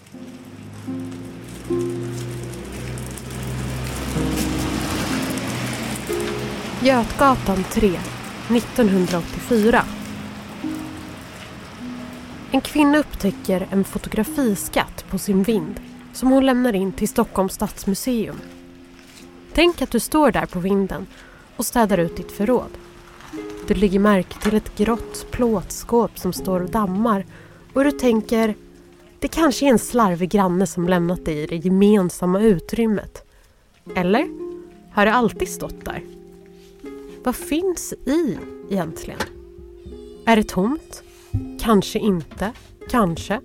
Götgatan 3, 1984. En kvinna upptäcker en fotografiskatt på sin vind som hon lämnar in till Stockholms stadsmuseum. Tänk att du står där på vinden och städar ut ditt förråd. Du lägger märke till ett grått plåtskåp som står och dammar och du tänker, det kanske är en slarvig granne som lämnat det i det gemensamma utrymmet. Eller har det alltid stått där? Vad finns i egentligen? Är det tomt? Kanske inte. Kanske.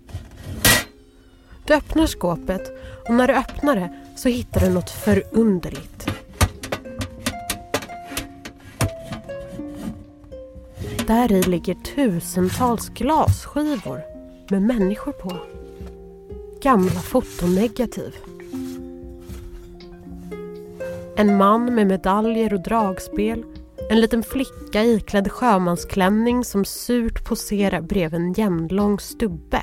Du öppnar skåpet och när du öppnar det så hittar du något förunderligt. Där i ligger tusentals glasskivor med människor på. Gamla fotonegativ. En man med medaljer och dragspel. En liten flicka iklädd sjömansklänning som surt poserar bredvid en jämnlång stubbe.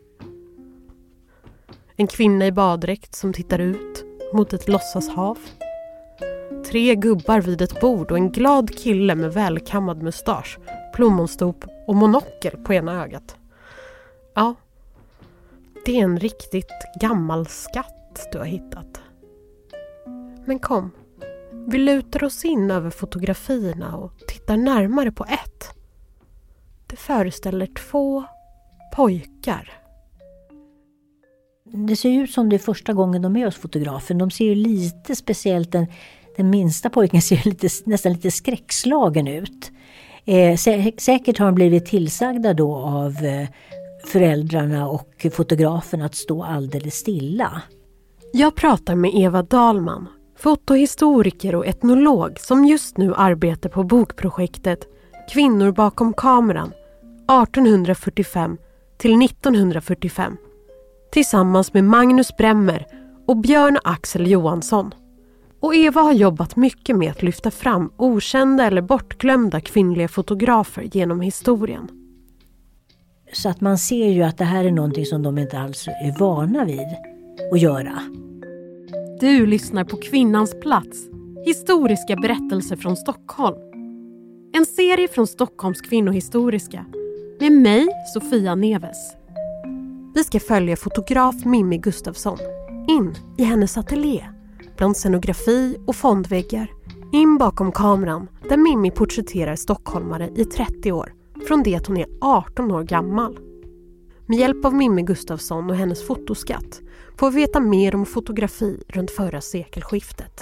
En kvinna i baddräkt som tittar ut mot ett låtsashav. 3 gubbar vid ett bord och en glad kille med välkammad mustasch, plommonstop och monokel på ena ögat. Ja, det är en riktigt gammal skatt du har hittat. Men kom, vi lutar oss in över fotografierna och tittar närmare på ett. Det föreställer 2 pojkar. Det ser ut som det är första gången de är hos fotografen. De ser ju lite speciellt, den minsta pojken ser nästan lite skräckslagen ut. Säkert har de blivit tillsagda då av föräldrarna och fotografen att stå alldeles stilla. Jag pratar med Eva Dahlman, fotohistoriker och etnolog som just nu arbetar på bokprojektet Kvinnor bakom kameran 1845 till 1945 tillsammans med Magnus Bremmer och Björn Axel Johansson. Och Eva har jobbat mycket med att lyfta fram okända eller bortglömda kvinnliga fotografer genom historien. Så att man ser ju att det här är någonting som de inte alls är vana vid att göra. Du lyssnar på Kvinnans plats, historiska berättelser från Stockholm. En serie från Stockholms kvinnohistoriska med mig, Sofia Neves. Vi ska följa fotograf Mimmi Gustafsson in i hennes ateljé bland scenografi och fondväggar, in bakom kameran där Mimmi porträtterar stockholmare i 30 år från det att hon är 18 år gammal. Med hjälp av Mimmi Gustafsson och hennes fotoskatt får vi veta mer om fotografi runt förra sekelskiftet.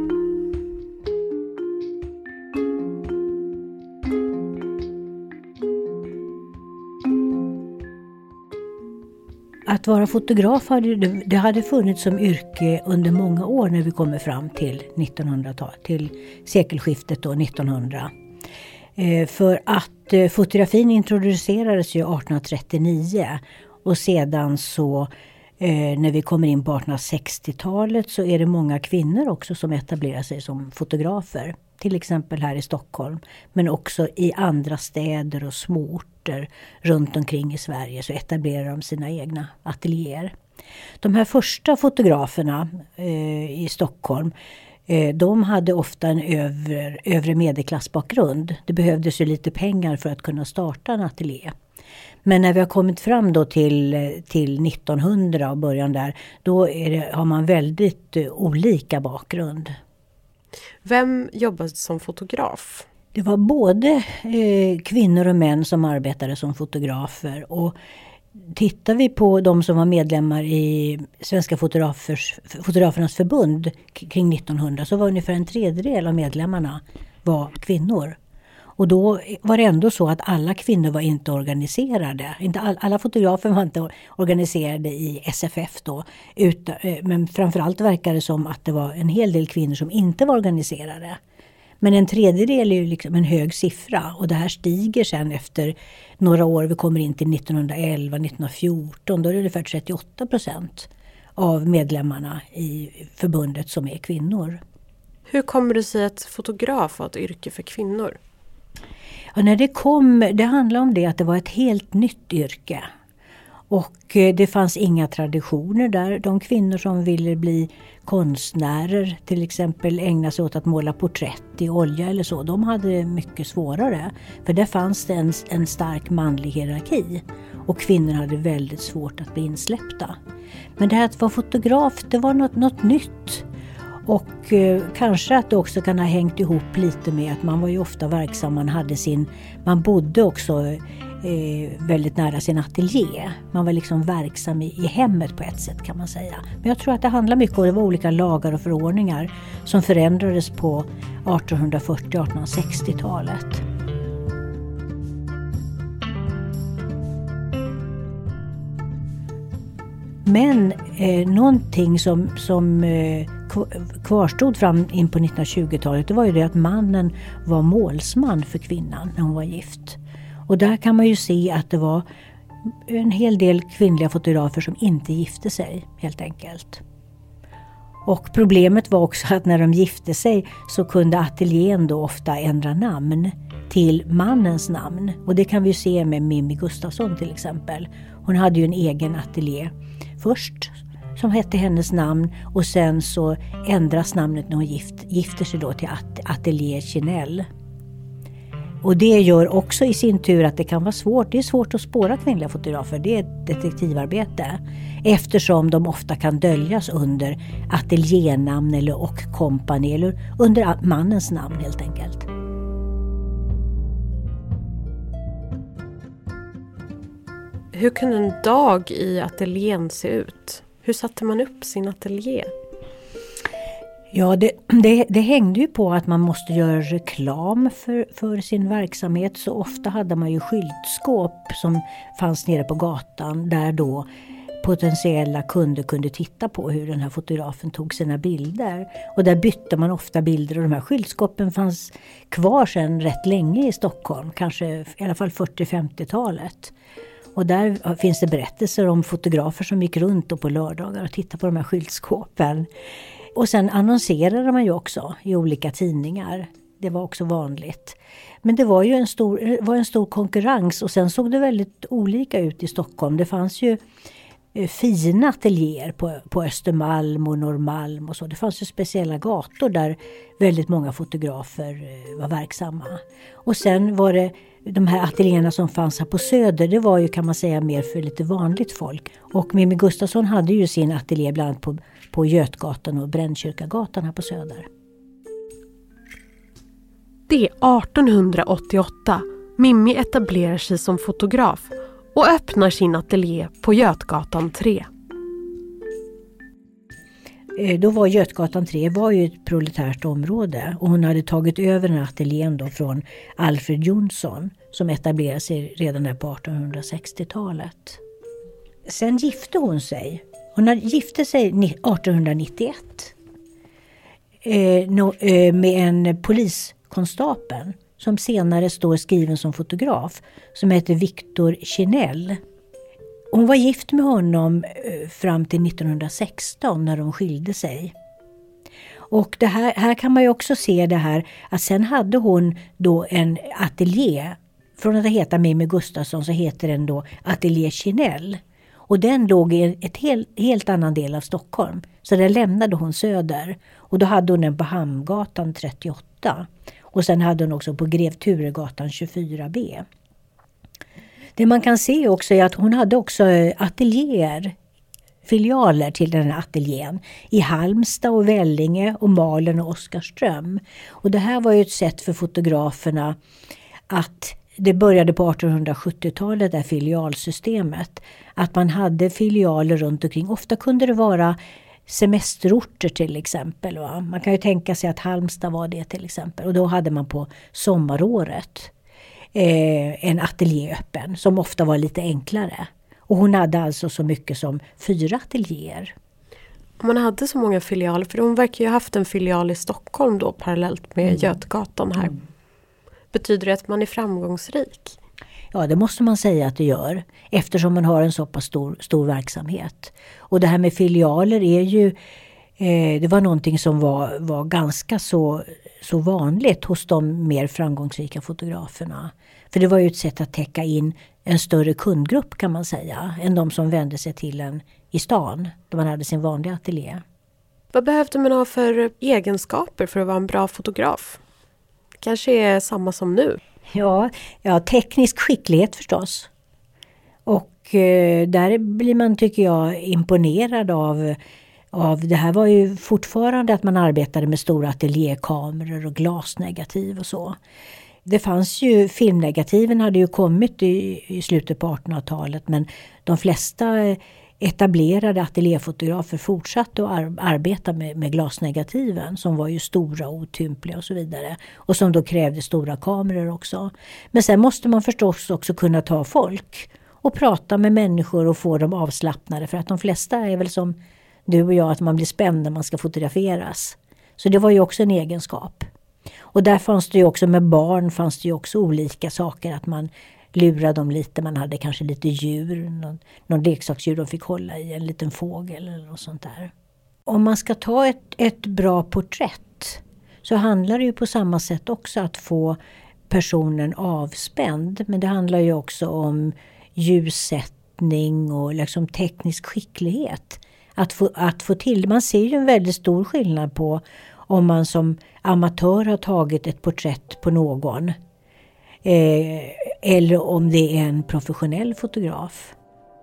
Att vara fotograf hade funnits som yrke under många år när vi kommer fram till 1900-talet, till sekelskiftet då 1900. För att fotografin introducerades ju 1839 och sedan så när vi kommer in på 1860-talet så är det många kvinnor också som etablerar sig som fotografer. Till exempel här i Stockholm, men också i andra städer och småorter runt omkring i Sverige så etablerar de sina egna ateljéer. De här första fotograferna i Stockholm, de hade ofta en övre medelklassbakgrund. Det behövdes ju lite pengar för att kunna starta en ateljé. Men när vi har kommit fram då till 1900 och början där, då har man väldigt olika bakgrund. Vem jobbade som fotograf? Det var både kvinnor och män som arbetade som fotografer. Och tittar vi på de som var medlemmar i Svenska fotografernas förbund kring 1900 så var ungefär en tredjedel av medlemmarna var kvinnor. Och då var det ändå så att alla kvinnor var inte organiserade. Alla fotografer var inte organiserade i SFF då. Men framförallt verkade det som att det var en hel del kvinnor som inte var organiserade. Men en tredjedel är ju liksom en hög siffra. Och det här stiger sen efter några år. Vi kommer in till 1911, 1914. Då är det ungefär 38% av medlemmarna i förbundet som är kvinnor. Hur kommer det sig att fotograf var ett yrke för kvinnor? Ja, det handlar om det att det var ett helt nytt yrke. Och det fanns inga traditioner där. De kvinnor som ville bli konstnärer, till exempel ägna sig åt att måla porträtt i olja eller så, de hade det mycket svårare. För där fanns det en stark manlig hierarki och kvinnor hade väldigt svårt att bli insläppta. Men det här att vara fotograf, det var något nytt. Och kanske att det också kan ha hängt ihop lite med att man var ju ofta verksam, man bodde också väldigt nära sin ateljé. Man var liksom verksam i hemmet på ett sätt kan man säga. Men jag tror att det handlar mycket om det var olika lagar och förordningar som förändrades på 1840-1860-talet. Men någonting som kvarstod fram in på 1920-talet, det var ju det att mannen var målsman för kvinnan när hon var gift. Och där kan man ju se att det var en hel del kvinnliga fotografer som inte gifte sig helt enkelt. Och problemet var också att när de gifte sig så kunde ateljén då ofta ändra namn till mannens namn. Och det kan vi ju se med Mimmi Gustafsson till exempel. Hon hade ju en egen ateljé först som hette hennes namn och sen så ändras namnet när hon gifter sig då till Atelier Chinell. Och det gör också i sin tur att det kan vara svårt. Det är svårt att spåra kvinnliga fotografer. Det är ett detektivarbete. Eftersom de ofta kan döljas under ateljernamn eller och kompani eller under mannens namn helt enkelt. Hur kunde en dag i ateljén se ut? Hur satte man upp sin ateljé? Ja, det hängde ju på att man måste göra reklam för sin verksamhet. Så ofta hade man ju skyltskåp som fanns nere på gatan där då potentiella kunder kunde titta på hur den här fotografen tog sina bilder. Och där bytte man ofta bilder och de här skyltskåpen fanns kvar sedan rätt länge i Stockholm. Kanske i alla fall 40-50-talet. Och där finns det berättelser om fotografer som gick runt och på lördagar och tittade på de här skyltskåpen. Och sen annonserade man ju också i olika tidningar. Det var också vanligt. Men det var ju en stor konkurrens och sen såg det väldigt olika ut i Stockholm. Det fanns ju fina ateljéer på Östermalm och Norrmalm och så. Det fanns ju speciella gator där väldigt många fotografer var verksamma. Och sen var det de här ateljéerna som fanns här på Söder, det var ju kan man säga mer för lite vanligt folk. Och Mimmi Gustafsson hade ju sin ateljé bland annat på Götgatan och Brännkyrkagatan här på Söder. Det är 1888. Mimmi etablerar sig som fotograf och öppnar sin ateljé på Götgatan 3. Då var Götgatan 3 var ju ett proletärt område och hon hade tagit över den här ateljén då från Alfred Jonsson som etablerade sig redan där på 1860-talet. Sen gifte hon sig. Hon gifte sig 1891 med en poliskonstapel som senare står skriven som fotograf som heter Victor Chinell. Hon var gift med honom fram till 1916 när de skilde sig. Och det här kan man ju också se det här att sen hade hon då en ateljé. Från att heta Mimmi Gustafsson så heter den då Atelier Chinell. Och den låg i ett helt annan del av Stockholm. Så där lämnade hon söder. Och då hade hon den på Hamngatan 38. Och sen hade hon också på Grev Turegatan 24B. Det man kan se också är att hon hade också ateljéer, filialer till den här ateljén i Halmstad och Vellinge och Malen och Oskarström. Och det här var ju ett sätt för fotograferna att det började på 1870-talet där filialsystemet. Att man hade filialer runt omkring. Ofta kunde det vara semesterorter till exempel. Va? Man kan ju tänka sig att Halmstad var det till exempel. Och då hade man på sommaråret en ateljé öppen som ofta var lite enklare. Och hon hade alltså så mycket som 4 ateljéer. Man hade så många filialer, för hon verkar ju ha haft en filial i Stockholm då parallellt med Götgatan här. Betyder det att man är framgångsrik? Ja, det måste man säga att det gör. Eftersom man har en så pass stor verksamhet. Och det här med filialer är ju det var någonting som var ganska så vanligt hos de mer framgångsrika fotograferna. För det var ju ett sätt att täcka in en större kundgrupp kan man säga, än de som vände sig till en i stan, där man hade sin vanliga ateljé. Vad behövde man ha för egenskaper för att vara en bra fotograf? Kanske är samma som nu. Ja, teknisk skicklighet förstås. Och där blir man, tycker jag, imponerad av det här var ju fortfarande att man arbetade med stora ateljékameror och glasnegativ och så. Det fanns ju, filmnegativen hade ju kommit i slutet på 1800-talet, men de flesta etablerade ateljéfotografer fortsatte att arbeta med glasnegativen som var ju stora och otympliga och så vidare. Och som då krävde stora kameror också. Men sen måste man förstås också kunna ta folk och prata med människor och få dem avslappnade. För att de flesta är väl som du och jag, att man blir spänd när man ska fotograferas. Så det var ju också en egenskap. Och där fanns det ju också med barn fanns det ju också olika saker, att man lurade dem lite, man hade kanske lite djur, någon leksaksdjur de fick hålla i, en liten fågel eller något sånt där. Om man ska ta ett bra porträtt så handlar det ju på samma sätt också att få personen avspänd, men det handlar ju också om ljussättning och liksom teknisk skicklighet. Att få till, man ser ju en väldigt stor skillnad på om man som amatör har tagit ett porträtt på någon eller om det är en professionell fotograf.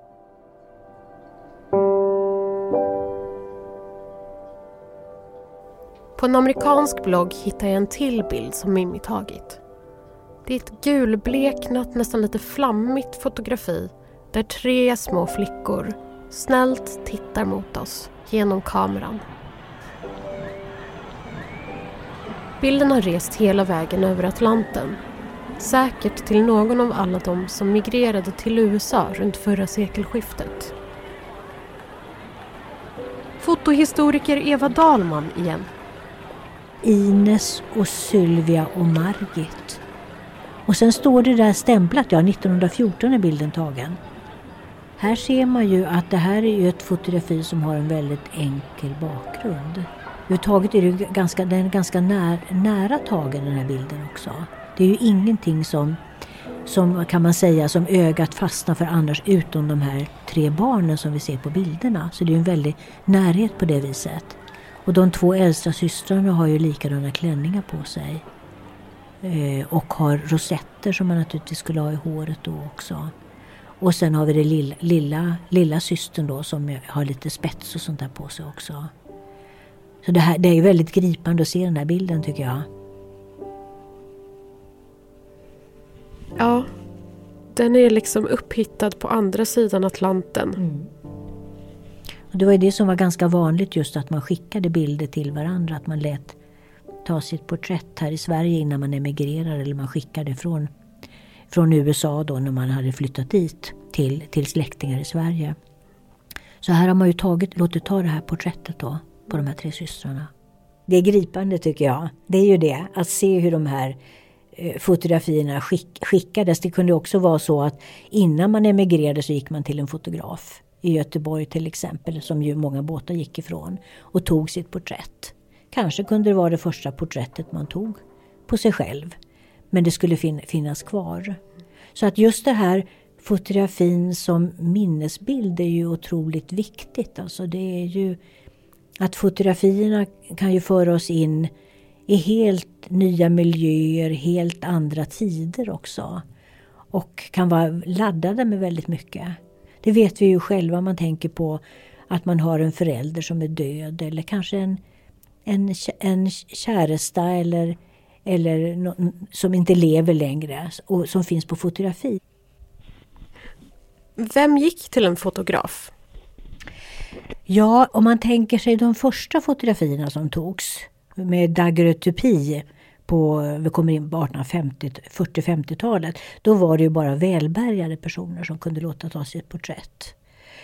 På en amerikansk blogg hittar jag en till bild som Mimmi tagit. Det är ett gulbleknat, nästan lite flammigt fotografi där 3 små flickor snällt tittar mot oss genom kameran. Bilden har rest hela vägen över Atlanten. Säkert till någon av alla de som migrerade till USA runt förra sekelskiftet. Fotohistoriker Eva Dahlman igen. Ines och Sylvia och Margit. Och sen står det där stämplat, 1914 är bilden tagen. Här ser man ju att det här är ju ett fotografi som har en väldigt enkel bakgrund. Överhuvudtaget är den ganska nära tagen, den här bilden också. Det är ju ingenting som kan man säga som ögat fastnar för annars, utom de här 3 barnen som vi ser på bilderna. Så det är ju en väldig närhet på det viset. Och de 2 äldsta systrarna har ju likadana klänningar på sig. Och har rosetter som man naturligtvis skulle ha i håret då också. Och sen har vi det lilla systern då som har lite spets och sånt där på sig också. Så det är väldigt gripande att se den här bilden, tycker jag. Ja, den är liksom upphittad på andra sidan Atlanten. Mm. Och det var ju det som var ganska vanligt, just att man skickade bilder till varandra. Att man lät ta sitt porträtt här i Sverige innan man emigrerar, eller man skickade från USA då när man hade flyttat dit till släktingar i Sverige. Så här har man ju låtit ta det här porträttet då på de här 3 systrarna. Det är gripande, tycker jag. Det är ju det, att se hur de här fotografierna skickades. Det kunde också vara så att innan man emigrerade så gick man till en fotograf i Göteborg till exempel, som ju många båtar gick ifrån, och tog sitt porträtt. Kanske kunde det vara det första porträttet man tog på sig själv, men det skulle finnas kvar. Så att just det här fotografin som minnesbild är ju otroligt viktigt. Alltså det är ju att fotografierna kan ju föra oss in i helt nya miljöer, helt andra tider också. Och kan vara laddade med väldigt mycket. Det vet vi ju själva, man tänker på att man har en förälder som är död, eller kanske en käresta eller som inte lever längre och som finns på fotografi. Vem gick till en fotograf? Ja, om man tänker sig de första fotografierna som togs med daguerreotypi vi kommer in på 1840-50-talet, då var det ju bara välbärgade personer som kunde låta ta sitt porträtt.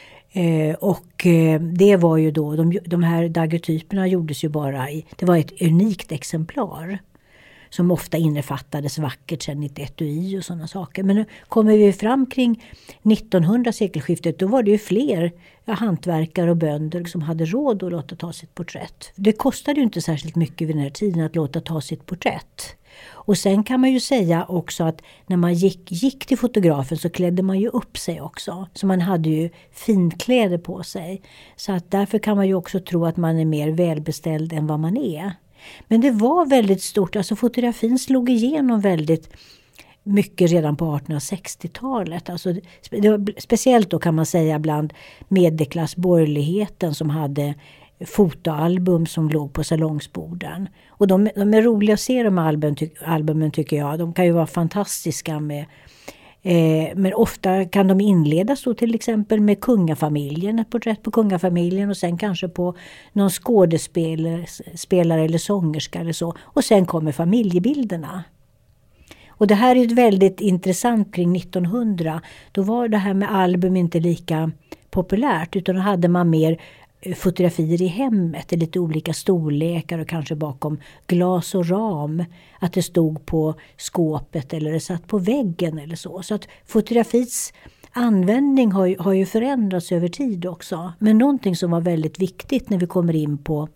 Det var ju då, de här daguerreotyperna gjordes ju bara det var ett unikt exemplar som ofta innefattades vackert sen i ett etui och sådana saker. Men nu kommer vi fram kring 1900 sekelskiftet, då var det ju fler hantverkare och bönder som hade råd att låta ta sitt porträtt. Det kostade ju inte särskilt mycket vid den här tiden att låta ta sitt porträtt. Och sen kan man ju säga också att när man gick till fotografen så klädde man ju upp sig också. Så man hade ju finkläder på sig. Så att därför kan man ju också tro att man är mer välbeställd än vad man är. Men det var väldigt stort, alltså fotografin slog igenom väldigt mycket redan på 1860-talet. Alltså, speciellt då kan man säga bland medelklassborgerligheten som hade fotoalbum som låg på salongsborden. Och de är roliga att se de albumen tycker jag. De kan ju vara fantastiska men ofta kan de inledas då till exempel med kungafamiljen, ett porträtt på kungafamiljen och sen kanske på någon skådespelare eller sångerska eller så. Och sen kommer familjebilderna. Och det här är väldigt intressant kring 1900. Då var det här med album inte lika populärt utan då hade man mer fotografier i hemmet i lite olika storlekar och kanske bakom glas och ram. Att det stod på skåpet eller det satt på väggen eller så. Så att fotografins användning har ju förändrats över tid också. Men någonting som var väldigt viktigt när vi kommer in på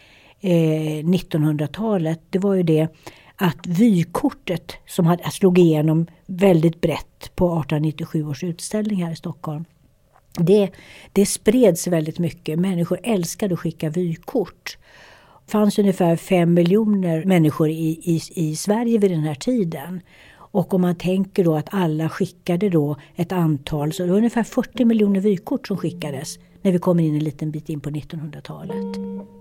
1900-talet det var ju det att vykortet som slog igenom väldigt brett på 1897 års utställning här i Stockholm. Det spreds väldigt mycket. Människor älskade att skicka vykort. Det fanns ungefär 5 miljoner människor i Sverige vid den här tiden. Och om man tänker då att alla skickade då ett antal så det var ungefär 40 miljoner vykort som skickades när vi kommer in en liten bit in på 1900-talet.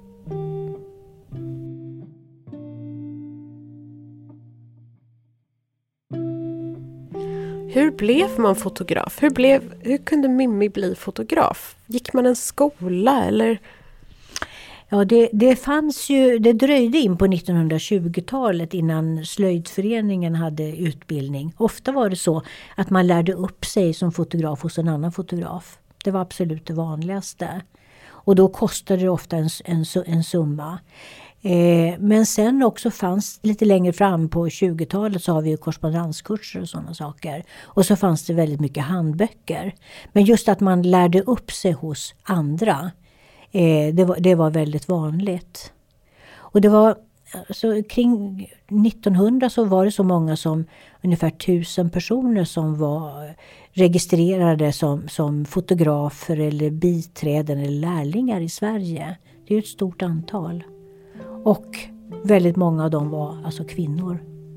Hur blev man fotograf? Hur kunde Mimmi bli fotograf? Gick man en skola eller? Ja, det dröjde in på 1920-talet innan slöjdföreningen hade utbildning. Ofta var det så att man lärde upp sig som fotograf hos en annan fotograf. Det var absolut det vanligaste. Och då kostade det ofta en summa. Men sen också fanns lite längre fram på 20-talet så har vi ju korrespondenskurser och sådana saker. Och så fanns det väldigt mycket handböcker. Men just att man lärde upp sig hos andra, det var väldigt vanligt. Och det var alltså, kring 1900 så var det så många som ungefär 1000 personer som var registrerade som fotografer eller biträden eller lärlingar i Sverige. Det är ett stort antal. Och väldigt många av dem var alltså kvinnor.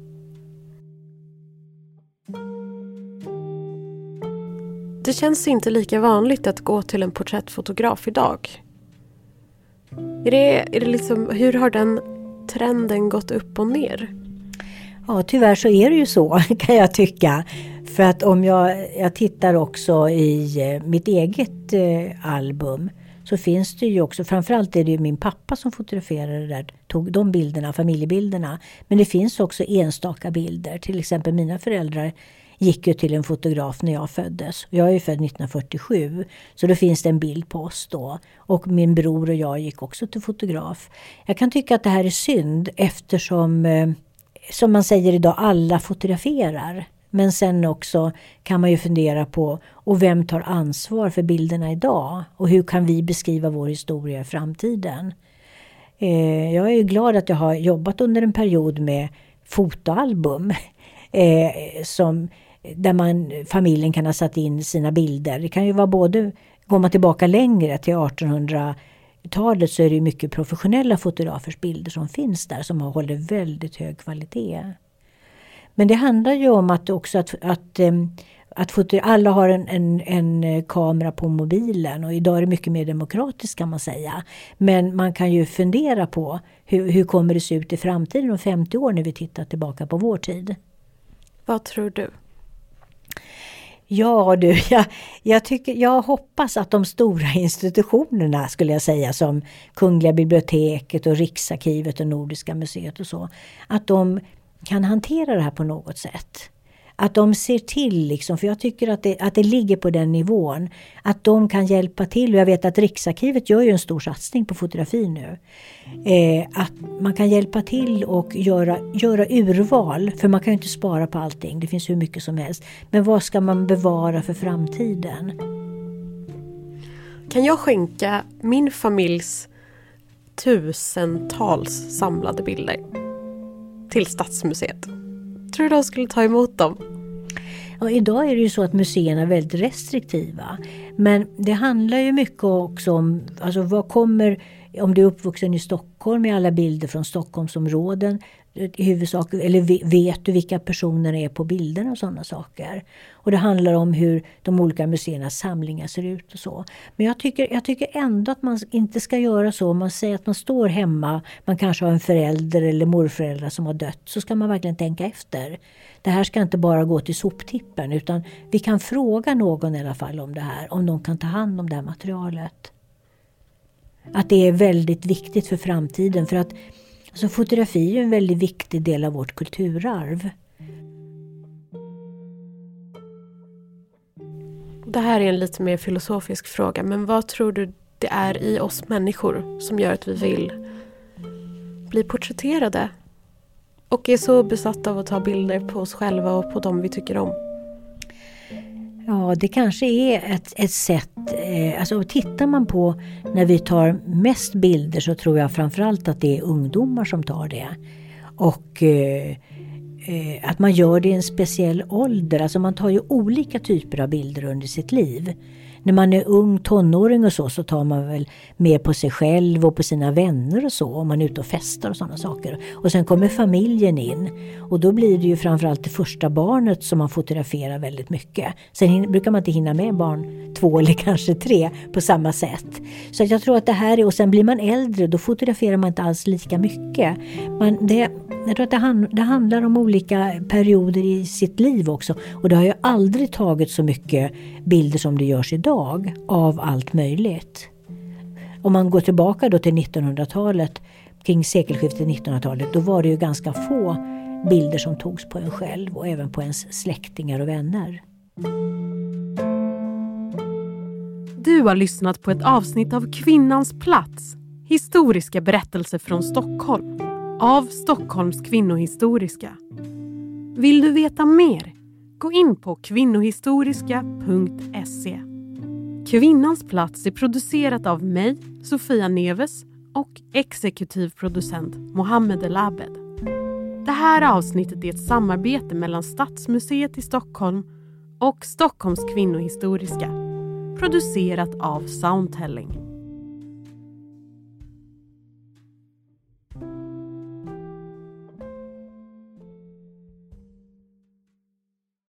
Det känns inte lika vanligt att gå till en porträttfotograf idag. Är det liksom, hur har den trenden gått upp och ner? Ja, tyvärr så är det ju så kan jag tycka. För att om jag tittar också i mitt eget album så finns det ju också, framförallt är det ju min pappa som fotograferade där, tog de bilderna, familjebilderna. Men det finns också enstaka bilder. Till exempel mina föräldrar gick ju till en fotograf när jag föddes. Jag är ju född 1947 så då finns det en bild på oss då. Och min bror och jag gick också till fotograf. Jag kan tycka att det här är synd eftersom, som man säger idag, alla fotograferar. Men sen också kan man ju fundera på och vem tar ansvar för bilderna idag? Och hur kan vi beskriva vår historia i framtiden? Jag är ju glad att jag har jobbat under en period med fotoalbum. Där familjen kan ha satt in sina bilder. Det kan ju vara både, går man tillbaka längre till 1800-talet så är det ju mycket professionella fotografers bilder som finns där som håller väldigt hög kvalitet. Men det handlar ju om att också att alla har en kamera på mobilen och idag är det mycket mer demokratiskt kan man säga. Men man kan ju fundera på hur kommer det se ut i framtiden om 50 år när vi tittar tillbaka på vår tid. Vad tror du? Ja du, jag hoppas att de stora institutionerna skulle jag säga som Kungliga biblioteket och Riksarkivet och Nordiska museet och så, att de kan hantera det här på något sätt. Att de ser till, liksom, för jag tycker att det ligger på den nivån. Att de kan hjälpa till. Och jag vet att Riksarkivet gör ju en stor satsning på fotografi nu. Att man kan hjälpa till och göra urval. För man kan ju inte spara på allting. Det finns hur mycket som helst. Men vad ska man bevara för framtiden? Kan jag skänka min familjs tusentals samlade bilder till Stadsmuseet. Tror du de skulle ta emot dem? Ja, idag är det ju så att museerna är väldigt restriktiva. Men det handlar ju mycket också om, alltså vad kommer, om du är uppvuxen i Stockholm med alla bilder från Stockholmsområden i huvudsak, eller vet du vilka personer är på bilderna och sådana saker. Och det handlar om hur de olika museernas samlingar ser ut och så. Men jag tycker ändå att man inte ska göra så. Om man säger att man står hemma, man kanske har en förälder eller morföräldrar som har dött, så ska man verkligen tänka efter. Det här ska inte bara gå till soptippen, utan vi kan fråga någon i alla fall om det här, om de kan ta hand om det här materialet. Att det är väldigt viktigt för framtiden, för att alltså, fotografi är en väldigt viktig del av vårt kulturarv. Det här är en lite mer filosofisk fråga, men vad tror du det är i oss människor som gör att vi vill bli porträtterade? Och är så besatta av att ta bilder på oss själva och på dem vi tycker om? Ja, det kanske är ett sätt, alltså tittar man på när vi tar mest bilder, så tror jag framförallt att det är ungdomar som tar det. Och att man gör det i en speciell ålder, alltså man tar ju olika typer av bilder under sitt liv. När man är ung tonåring och så tar man väl mer på sig själv och på sina vänner och så, om man är ute och festar och sådana saker. Och sen kommer familjen in, och då blir det ju framförallt det första barnet som man fotograferar väldigt mycket. Sen brukar man inte hinna med barn 2 eller kanske 3 på samma sätt. Så jag tror att det här är, och sen blir man äldre, då fotograferar man inte alls lika mycket. Jag tror att det handlar om olika perioder i sitt liv också. Och det har ju aldrig tagit så mycket bilder som det görs idag av allt möjligt. Om man går tillbaka då till 1900-talet, kring sekelskiftet 1900-talet, då var det ju ganska få bilder som togs på en själv och även på ens släktingar och vänner. Du har lyssnat på ett avsnitt av Kvinnans plats. Historiska berättelser från Stockholm. Av Stockholms kvinnohistoriska. Vill du veta mer? Gå in på kvinnohistoriska.se. Kvinnans plats är producerat av mig, Sofia Neves, och exekutiv producent Mohammed El Abed. Det här avsnittet är ett samarbete mellan Stadsmuseet i Stockholm och Stockholms kvinnohistoriska. Producerat av Soundtelling.